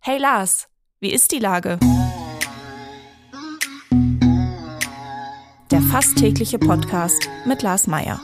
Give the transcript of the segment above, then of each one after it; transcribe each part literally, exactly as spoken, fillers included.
Hey Lars, wie ist die Lage? Der fast tägliche Podcast mit Lars Meyer.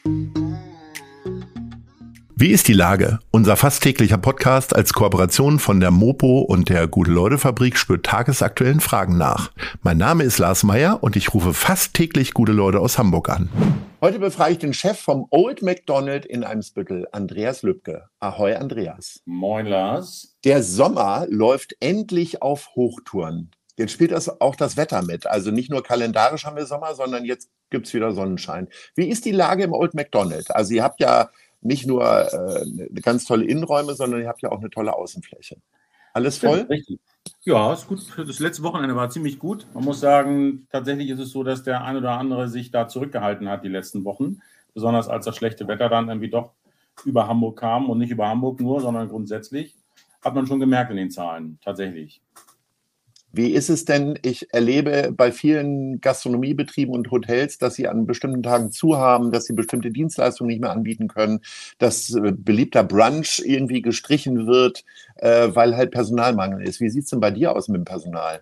Wie ist die Lage? Unser fast täglicher Podcast als Kooperation von der Mopo und der Gute-Leute-Fabrik spürt tagesaktuellen Fragen nach. Mein Name ist Lars Meyer und ich rufe fast täglich gute Leute aus Hamburg an. Heute befrage ich den Chef vom Old McDonald in Eimsbüttel, Andreas Lübke. Ahoi, Andreas. Moin, Lars. Der Sommer läuft endlich auf Hochtouren. Jetzt spielt das auch das Wetter mit. Also nicht nur kalendarisch haben wir Sommer, sondern jetzt gibt es wieder Sonnenschein. Wie ist die Lage im Old McDonald? Also ihr habt ja nicht nur äh, eine ganz tolle Innenräume, sondern ihr habt ja auch eine tolle Außenfläche. Alles voll? Richtig. Ja, ist gut. Das letzte Wochenende war ziemlich gut. Man muss sagen, tatsächlich ist es so, dass der ein oder andere sich da zurückgehalten hat die letzten Wochen. Besonders als das schlechte Wetter dann irgendwie doch über Hamburg kam und nicht über Hamburg nur, sondern grundsätzlich. Hat man schon gemerkt in den Zahlen, tatsächlich. Wie ist es denn? Ich erlebe bei vielen Gastronomiebetrieben und Hotels, dass sie an bestimmten Tagen zu haben, dass sie bestimmte Dienstleistungen nicht mehr anbieten können, dass äh, beliebter Brunch irgendwie gestrichen wird, äh, weil halt Personalmangel ist. Wie sieht es denn bei dir aus mit dem Personal?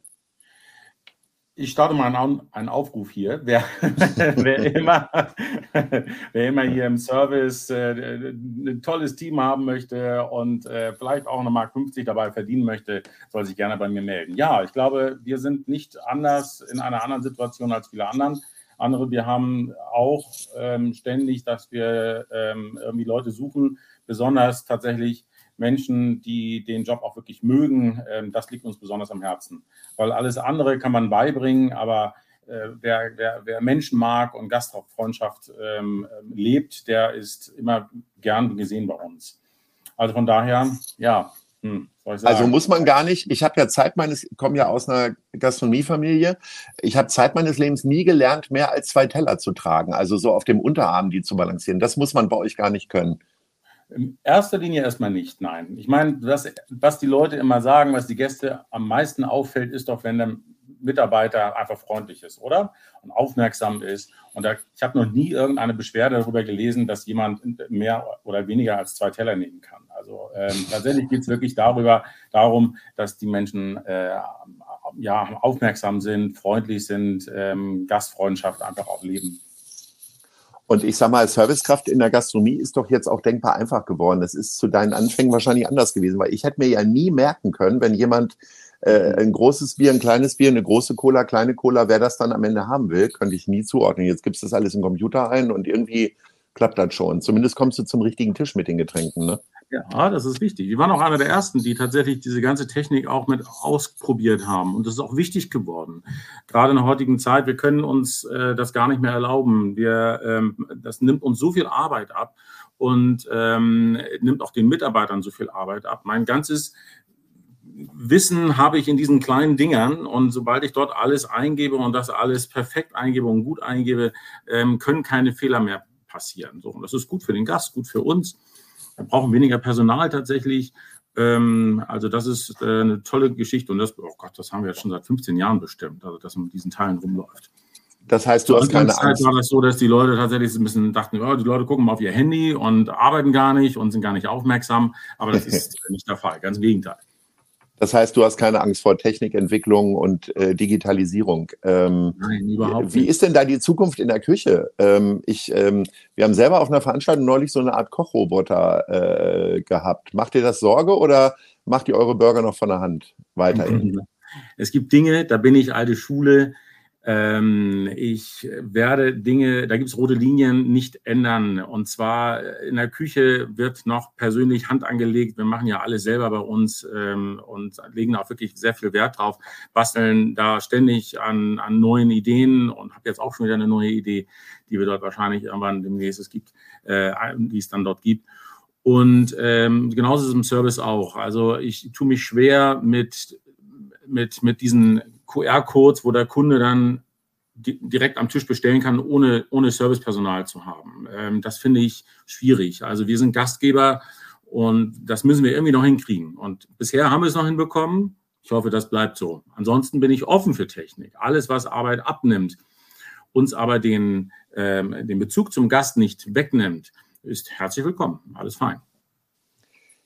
Ich starte mal einen, einen Aufruf hier. Wer, wer, immer, wer immer hier im Service äh, ein tolles Team haben möchte und äh, vielleicht auch eine Mark fünfzig dabei verdienen möchte, soll sich gerne bei mir melden. Ja, ich glaube, wir sind nicht anders in einer anderen Situation als viele anderen. Andere, wir haben auch ähm, ständig, dass wir ähm, irgendwie Leute suchen, besonders tatsächlich Menschen, die den Job auch wirklich mögen, ähm, das liegt uns besonders am Herzen. Weil alles andere kann man beibringen, aber äh, wer, wer, wer Menschen mag und Gastfreundschaft ähm, lebt, der ist immer gern gesehen bei uns. Also von daher, ja, hm, soll ich sagen. Also muss man gar nicht, ich habe ja Zeit meines, ich komme ja aus einer Gastronomiefamilie, ich habe Zeit meines Lebens nie gelernt, mehr als zwei Teller zu tragen, also so auf dem Unterarm die zu balancieren. Das muss man bei euch gar nicht können. In erster Linie erstmal nicht, nein. Ich meine, das, was die Leute immer sagen, was die Gäste am meisten auffällt, ist doch, wenn der Mitarbeiter einfach freundlich ist, oder? Und aufmerksam ist. Und da, ich habe noch nie irgendeine Beschwerde darüber gelesen, dass jemand mehr oder weniger als zwei Teller nehmen kann. Also ähm, tatsächlich geht es wirklich darüber, darum, dass die Menschen äh, ja, aufmerksam sind, freundlich sind, ähm, Gastfreundschaft einfach auch leben. Und ich sag mal, Servicekraft in der Gastronomie ist doch jetzt auch denkbar einfach geworden. Das ist zu deinen Anfängen wahrscheinlich anders gewesen, weil ich hätte mir ja nie merken können, wenn jemand äh, ein großes Bier, ein kleines Bier, eine große Cola, kleine Cola, wer das dann am Ende haben will, könnte ich nie zuordnen. Jetzt gibst du das alles im Computer ein und irgendwie klappt das schon. Zumindest kommst du zum richtigen Tisch mit den Getränken, ne? Ja, das ist wichtig. Wir waren auch einer der Ersten, die tatsächlich diese ganze Technik auch mit ausprobiert haben. Und das ist auch wichtig geworden. Gerade in der heutigen Zeit, wir können uns äh, das gar nicht mehr erlauben. Wir, ähm, das nimmt uns so viel Arbeit ab und ähm, nimmt auch den Mitarbeitern so viel Arbeit ab. Mein ganzes Wissen habe ich in diesen kleinen Dingern und sobald ich dort alles eingebe und das alles perfekt eingebe und gut eingebe, ähm, können keine Fehler mehr passieren. So, und das ist gut für den Gast, gut für uns. Wir brauchen weniger Personal tatsächlich. Ähm, also das ist äh, eine tolle Geschichte. Und das, oh Gott, das haben wir jetzt schon seit fünfzehn Jahren bestimmt, also dass man mit diesen Teilen rumläuft. Das heißt, du hast keine Angst. War das so, dass die Leute tatsächlich ein bisschen dachten, oh, die Leute gucken mal auf ihr Handy und arbeiten gar nicht und sind gar nicht aufmerksam. Aber das ist nicht der Fall, ganz im Gegenteil. Das heißt, du hast keine Angst vor Technikentwicklung und äh, Digitalisierung. Ähm, Nein, überhaupt wie nicht. ist denn da die Zukunft in der Küche? Ähm, ich, ähm, wir haben selber auf einer Veranstaltung neulich so eine Art Kochroboter äh, gehabt. Macht ihr das Sorge oder macht ihr eure Burger noch von der Hand weiterhin? Es gibt Dinge, da bin ich alte Schule. Ähm, ich werde Dinge, da gibt es rote Linien, nicht ändern. Und zwar in der Küche wird noch persönlich Hand angelegt. Wir machen ja alles selber bei uns ähm, und legen da auch wirklich sehr viel Wert drauf, basteln da ständig an, an neuen Ideen und habe jetzt auch schon wieder eine neue Idee, die wir dort wahrscheinlich irgendwann demnächst es gibt, äh, die es dann dort gibt. Und ähm, genauso ist es im Service auch. Also ich tue mich schwer mit, mit, mit diesen Q R-Codes, wo der Kunde dann di- direkt am Tisch bestellen kann, ohne, ohne Servicepersonal zu haben. Ähm, das finde ich schwierig. Also wir sind Gastgeber und das müssen wir irgendwie noch hinkriegen. Und bisher haben wir es noch hinbekommen. Ich hoffe, das bleibt so. Ansonsten bin ich offen für Technik. Alles, was Arbeit abnimmt, uns aber den, ähm, den Bezug zum Gast nicht wegnimmt, ist herzlich willkommen. Alles fein.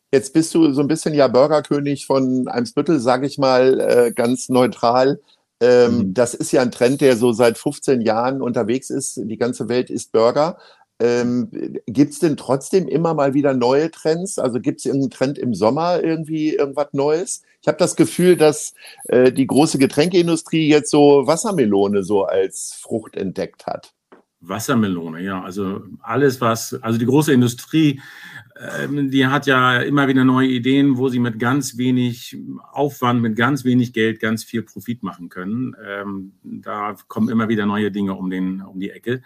Jetzt bist du so ein bisschen ja Burgerkönig von Eimsbüttel, sage ich mal, äh, ganz neutral. Ähm, Mhm. das ist ja ein Trend, der so seit fünfzehn Jahren unterwegs ist. Die ganze Welt isst Burger. Ähm, gibt es denn trotzdem immer mal wieder neue Trends? Also gibt es irgendeinen Trend im Sommer irgendwie irgendwas Neues? Ich habe das Gefühl, dass äh, die große Getränkeindustrie jetzt so Wassermelone so als Frucht entdeckt hat. Wassermelone, ja, also alles, was, also die große Industrie, ähm, die hat ja immer wieder neue Ideen, wo sie mit ganz wenig Aufwand, mit ganz wenig Geld ganz viel Profit machen können. Ähm, da kommen immer wieder neue Dinge um, den, um die Ecke.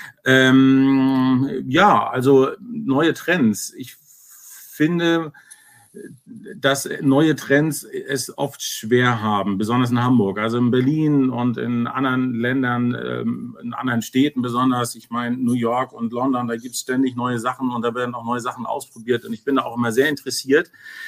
Ähm, ja, also neue Trends. Ich finde, dass neue Trends es oft schwer haben, besonders in Hamburg, also in Berlin und in anderen Ländern, in anderen Städten besonders. Ich meine, New York und London, da gibt es ständig neue Sachen und da werden auch neue Sachen ausprobiert und ich bin da auch immer sehr interessiert.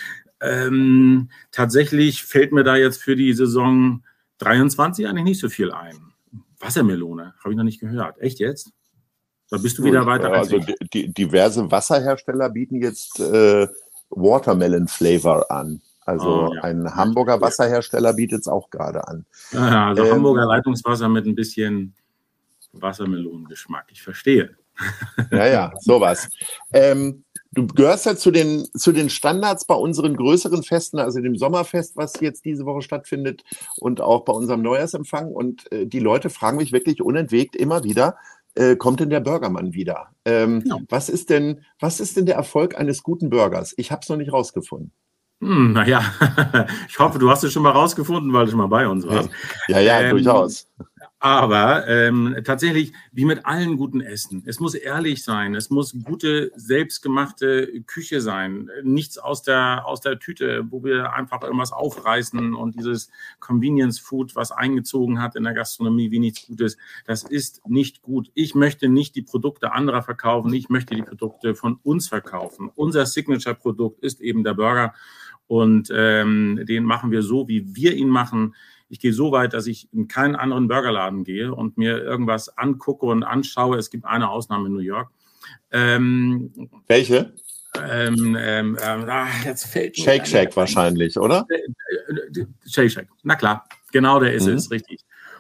Ähm, tatsächlich fällt mir da jetzt für die Saison dreiundzwanzig eigentlich nicht so viel ein. Wassermelone, habe ich noch nicht gehört. Echt jetzt? Da bist du wieder weiter als Also ich. die, diverse Wasserhersteller bieten jetzt äh, Watermelon Flavor an. Also Oh, ja. ein Hamburger Wasserhersteller bietet es auch gerade an. Ja, also Ähm, Hamburger Leitungswasser mit ein bisschen Wassermelonengeschmack. Ich verstehe. Ja, ja, sowas. Ähm, du gehörst ja zu den, zu den Standards bei unseren größeren Festen, also dem Sommerfest, was jetzt diese Woche stattfindet und auch bei unserem Neujahrsempfang. Und äh, die Leute fragen mich wirklich unentwegt immer wieder, äh, kommt denn der Burgermann wieder? Ähm, Ja. was ist denn, was ist denn der Erfolg eines guten Burgers? Ich habe es noch nicht rausgefunden. Hm, naja, ich hoffe, du hast es schon mal rausgefunden, weil du schon mal bei uns warst. Ja, ja, Ähm, durchaus. Aber ähm, tatsächlich, wie mit allen guten Essen, es muss ehrlich sein, es muss gute, selbstgemachte Küche sein. Nichts aus der, aus der Tüte, wo wir einfach irgendwas aufreißen und dieses Convenience Food, was eingezogen hat in der Gastronomie, wie nichts Gutes, das ist nicht gut. Ich möchte nicht die Produkte anderer verkaufen, ich möchte die Produkte von uns verkaufen. Unser Signature-Produkt ist eben der Burger und ähm, den machen wir so, wie wir ihn machen. Ich gehe so weit, dass ich in keinen anderen Burgerladen gehe und mir irgendwas angucke und anschaue. Es gibt eine Ausnahme in New York. Ähm, Welche? Ähm, ähm, ähm, ah, jetzt fällt mir Shake Shack wahrscheinlich, oder? Shake Shack, na klar, genau der ist Mhm. es, richtig.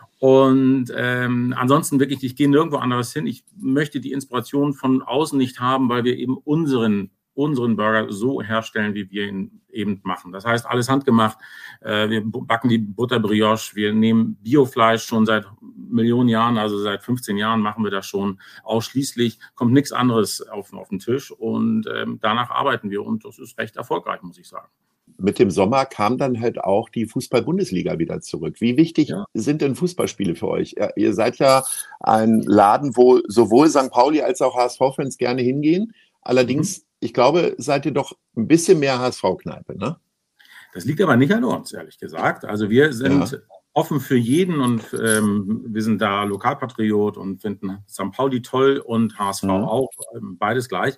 Und ähm, ansonsten wirklich, ich gehe nirgendwo anderes hin. Ich möchte die Inspiration von außen nicht haben, weil wir eben unseren unseren Burger so herstellen, wie wir ihn eben machen. Das heißt, alles handgemacht. Äh, wir backen die Butterbrioche. Wir nehmen Biofleisch schon seit Millionen Jahren, also seit fünfzehn Jahren machen wir das schon ausschließlich. Kommt nichts anderes auf, auf den Tisch und ähm, danach arbeiten wir und das ist recht erfolgreich, muss ich sagen. Mit dem Sommer kam dann halt auch die Fußball-Bundesliga wieder zurück. Wie wichtig Ja. sind denn Fußballspiele für euch? Ihr seid ja ein Laden, wo sowohl Sankt Pauli als auch H S V-Fans gerne hingehen. Allerdings, mhm. ich glaube, seid ihr doch ein bisschen mehr H S V-Kneipe, ne? Das liegt aber nicht an uns, ehrlich gesagt. Also wir sind ja. offen für jeden und ähm, wir sind da Lokalpatriot und finden Sankt Pauli toll und H S V mhm. auch, ähm, beides gleich.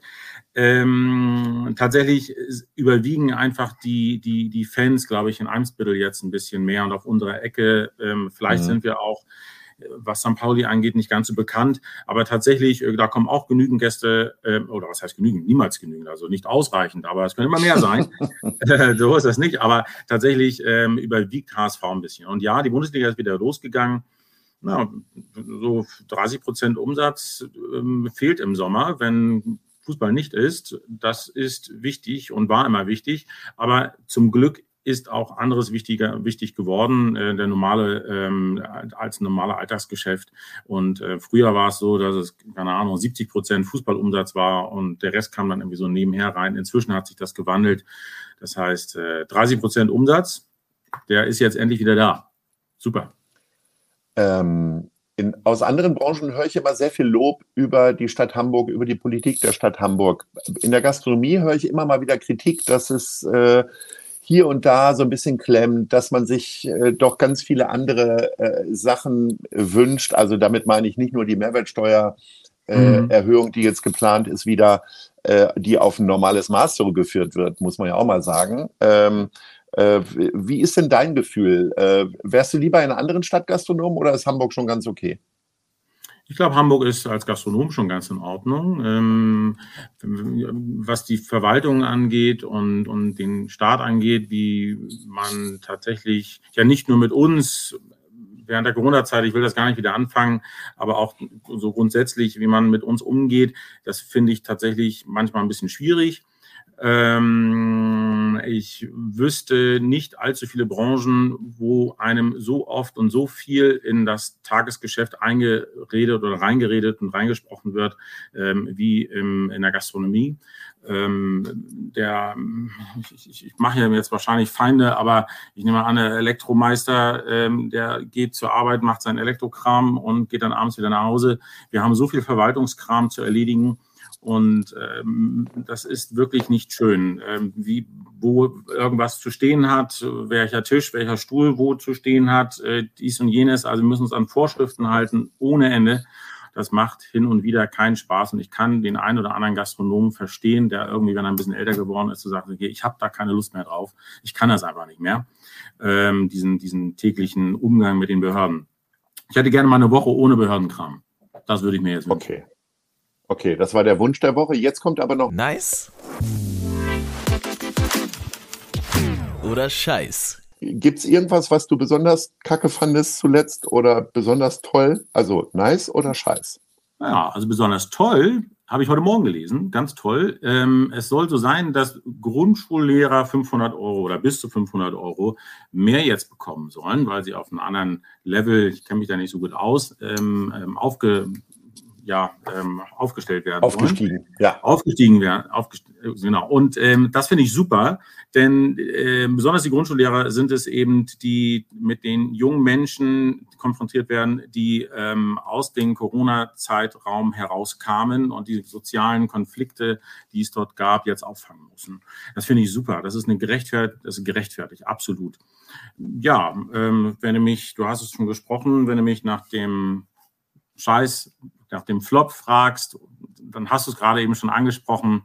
Ähm, tatsächlich überwiegen einfach die, die, die Fans, glaube ich, in Eimsbüttel jetzt ein bisschen mehr und auf unserer Ecke. Ähm, vielleicht mhm. sind wir auch, was Sankt Pauli angeht, nicht ganz so bekannt. Aber tatsächlich, da kommen auch genügend Gäste, äh, oder was heißt genügend? Niemals genügend, also nicht ausreichend, aber es können immer mehr sein. So ist das nicht. Aber tatsächlich ähm, überwiegt H S V ein bisschen. Und ja, die Bundesliga ist wieder losgegangen. Na, so dreißig Prozent Umsatz ähm, fehlt im Sommer, wenn Fußball nicht ist. Das ist wichtig und war immer wichtig. Aber zum Glück ist auch anderes wichtiger, wichtig geworden, äh, der normale, ähm, als normale Alltagsgeschäft. Und äh, früher war es so, dass es, keine Ahnung, siebzig Prozent Fußballumsatz war und der Rest kam dann irgendwie so nebenher rein. Inzwischen hat sich das gewandelt. Das heißt, äh, dreißig Prozent Umsatz, der ist jetzt endlich wieder da. Super. Ähm, in, aus anderen Branchen höre ich immer sehr viel Lob über die Stadt Hamburg, über die Politik der Stadt Hamburg. In der Gastronomie höre ich immer mal wieder Kritik, dass es äh, hier und da so ein bisschen klemmt, dass man sich äh, doch ganz viele andere äh, Sachen wünscht. Also damit meine ich nicht nur die Mehrwertsteuererhöhung, äh, mhm. die jetzt geplant ist, wieder, äh, die auf ein normales Maß zurückgeführt wird, muss man ja auch mal sagen. Ähm, äh, wie ist denn dein Gefühl? Äh, wärst du lieber in einer anderen Stadt Gastronom oder ist Hamburg schon ganz okay? Ich glaube, Hamburg ist als Gastronom schon ganz in Ordnung. Ähm, was die Verwaltung angeht und, und den Staat angeht, wie man tatsächlich ja nicht nur mit uns während der Corona-Zeit, ich will das gar nicht wieder anfangen, aber auch so grundsätzlich, wie man mit uns umgeht, das finde ich tatsächlich manchmal ein bisschen schwierig. Ähm, ich wüsste nicht allzu viele Branchen, wo einem so oft und so viel in das Tagesgeschäft eingeredet oder reingeredet und reingesprochen wird, ähm, wie im, in der Gastronomie. Ähm, der, ich, ich, ich mache ja jetzt wahrscheinlich Feinde, aber ich nehme an, der Elektromeister, ähm, der geht zur Arbeit, macht seinen Elektrokram und geht dann abends wieder nach Hause. Wir haben so viel Verwaltungskram zu erledigen. Und ähm, das ist wirklich nicht schön, ähm, wie, wo irgendwas zu stehen hat, welcher Tisch, welcher Stuhl wo zu stehen hat, äh, dies und jenes. Also wir müssen uns an Vorschriften halten ohne Ende. Das macht hin und wieder keinen Spaß. Und ich kann den einen oder anderen Gastronomen verstehen, der irgendwie, wenn er ein bisschen älter geworden ist, zu sagen, okay, ich habe da keine Lust mehr drauf. Ich kann das einfach nicht mehr, ähm, diesen, diesen täglichen Umgang mit den Behörden. Ich hätte gerne mal eine Woche ohne Behördenkram. Das würde ich mir jetzt wünschen. Okay. Okay, das war der Wunsch der Woche. Jetzt kommt aber noch... Nice oder Scheiß? Gibt's irgendwas, was du besonders kacke fandest zuletzt oder besonders toll? Also nice oder Scheiß? Ja, also besonders toll habe ich heute Morgen gelesen. Ganz toll. Ähm, es soll so sein, dass Grundschullehrer fünfhundert Euro oder bis zu fünfhundert Euro mehr jetzt bekommen sollen, weil sie auf einem anderen Level, ich kenne mich da nicht so gut aus, ähm, aufge... ja, ähm, aufgestellt werden Aufgestiegen, wollen. ja. Aufgestiegen werden, aufgest- genau. Und ähm, das finde ich super, denn äh, besonders die Grundschullehrer sind es eben, die mit den jungen Menschen konfrontiert werden, die ähm, aus dem Corona-Zeitraum herauskamen und die sozialen Konflikte, die es dort gab, jetzt auffangen müssen. Das finde ich super. Das ist eine gerechtfertigt, das ist gerechtfertigt, absolut. Ja, ähm, wenn du mich, du hast es schon gesprochen, wenn du mich nach dem Scheiß, nach dem Flop fragst, dann hast du es gerade eben schon angesprochen.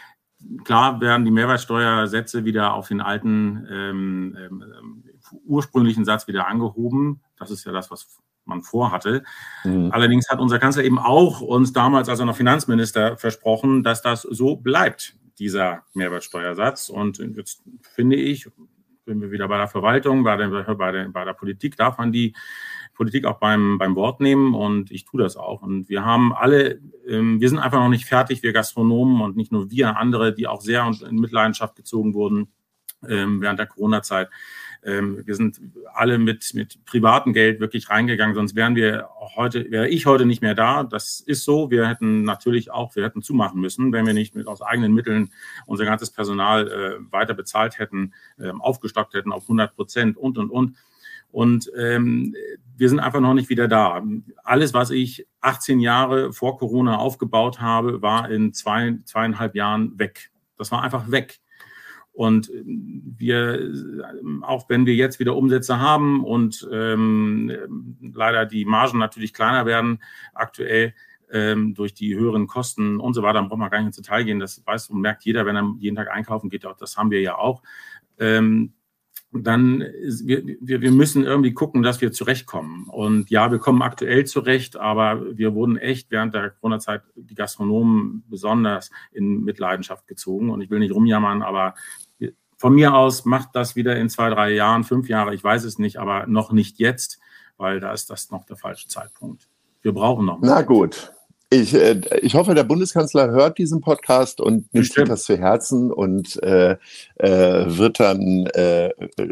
Klar werden die Mehrwertsteuersätze wieder auf den alten ähm, ähm, ursprünglichen Satz wieder angehoben. Das ist ja das, was man vorhatte. Mhm. Allerdings hat unser Kanzler eben auch uns damals, als er noch Finanzminister, versprochen, dass das so bleibt, dieser Mehrwertsteuersatz. Und jetzt finde ich, sind wir wieder bei der Verwaltung, bei der, bei der, bei der Politik, darf man die Politik auch beim, beim Wort nehmen und ich tue das auch. Und wir haben alle, ähm, wir sind einfach noch nicht fertig, wir Gastronomen und nicht nur wir, andere, die auch sehr in Mitleidenschaft gezogen wurden ähm, während der Corona-Zeit. Ähm, wir sind alle mit, mit privatem Geld wirklich reingegangen, sonst wären wir heute, wäre ich heute nicht mehr da. Das ist so. Wir hätten natürlich auch, wir hätten zumachen müssen, wenn wir nicht mit aus eigenen Mitteln unser ganzes Personal äh, weiter bezahlt hätten, äh, aufgestockt hätten auf hundert Prozent und, und, und. Und ähm, wir sind einfach noch nicht wieder da. Alles, was ich achtzehn Jahre vor Corona aufgebaut habe, war in zwei, zweieinhalb Jahren weg. Das war einfach weg. Und wir, auch wenn wir jetzt wieder Umsätze haben und ähm, leider die Margen natürlich kleiner werden aktuell ähm, durch die höheren Kosten und so weiter, dann braucht man gar nicht ins Detail gehen. Das weiß und merkt jeder, wenn er jeden Tag einkaufen geht. Das haben wir ja auch. Ähm, dann wir, wir, wir müssen irgendwie gucken, dass wir zurechtkommen. Und ja, wir kommen aktuell zurecht, aber wir wurden echt während der Corona-Zeit, die Gastronomen besonders in Mitleidenschaft gezogen. Und ich will nicht rumjammern, aber von mir aus macht das wieder in zwei, drei Jahren, fünf Jahre, ich weiß es nicht, aber noch nicht jetzt, weil da ist das noch der falsche Zeitpunkt. Wir brauchen noch. Na gut. Ich, äh, ich hoffe, der Bundeskanzler hört diesen Podcast und nimmt sich das zu Herzen und äh, äh, wird dann äh,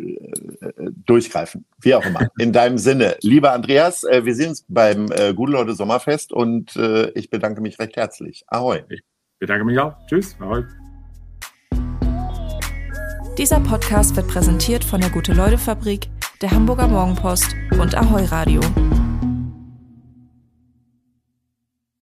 äh, durchgreifen. Wie auch immer. In deinem Sinne. Lieber Andreas, äh, wir sehen uns beim äh, Gute Leute Sommerfest und äh, ich bedanke mich recht herzlich. Ahoi. Ich bedanke mich auch. Tschüss. Ahoi. Dieser Podcast wird präsentiert von der Gute-Leute-Fabrik, der Hamburger Morgenpost und Ahoi Radio.